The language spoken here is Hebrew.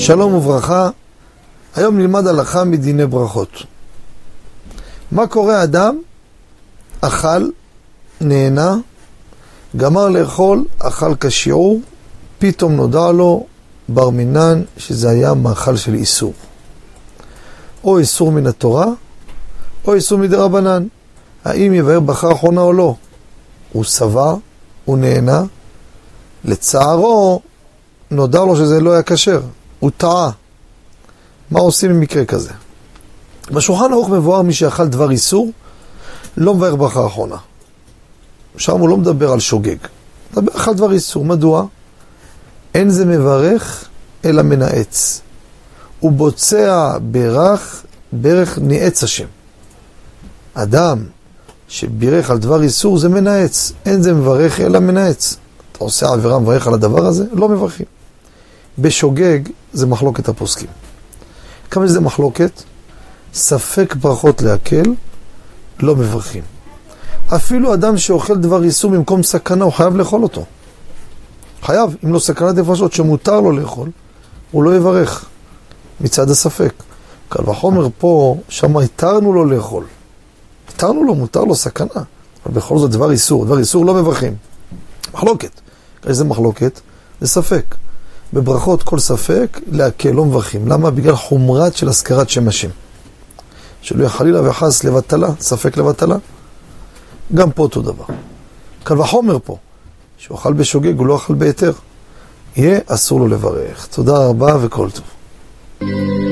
שלום וברכה, היום נלמד הלכה מדיני ברכות. מה קורה אדם? אכל, נהנה, גמר לאכול, אכל כשיעור, פתאום נודע לו בר מינן שזה היה מאכל של איסור. או איסור מן התורה, או איסור מדי רבנן. האם יבאר ברכה אחרונה או לא? הוא שבע, הוא נהנה, לצערו נודע לו שזה לא היה כשר, הוא טעה. מה עושים במקרה כזה? בשולחן ערוך מבואר מי שאכל דבר איסור, לא מבאר ברכה אחרונה. שם הוא לא מדבר על שוגג, מדבר אכל דבר איסור. מדוע? אין זה מברך אלא מנעץ. הוא בוצע ברך ניעץ השם. אדם שבירך על דבר איסור זה מנעץ, אין זה מברך אלא מנעץ. אתה עושה עבירה מברך על הדבר הזה? לא מברכים. בשוגג זה מחלוקת הפוסקים. כמה זה מחלוקת? ספק ברכות להקל, לא מברכים. אפילו אדם שאוכל דבר איסור במקום סכנה, הוא חייב לאכול אותו. חייב, אם לא סכנת נפשות שמותר לו לאכול, הוא לא יברך מצד הספק. קל וחומר פה, שם התרנו לו לאכול. התרנו לו, מותר לו סכנה. אבל בכל זאת דבר איסור, דבר איסור לא מברכים. מחלוקת. איזה מחלוקת? זה ספק. בברכות כל ספק להקל, לא מברכים. למה? בגלל חומרת של הזכרת שם השם. שלא יחלילה וחס לבטלה, ספק לבטלה. גם פה אותו דבר. קל וחומר פה, שהוא אכל בשוגג, הוא לא אכל ביתר. יהיה אסור לו לברך. תודה רבה וכל טוב.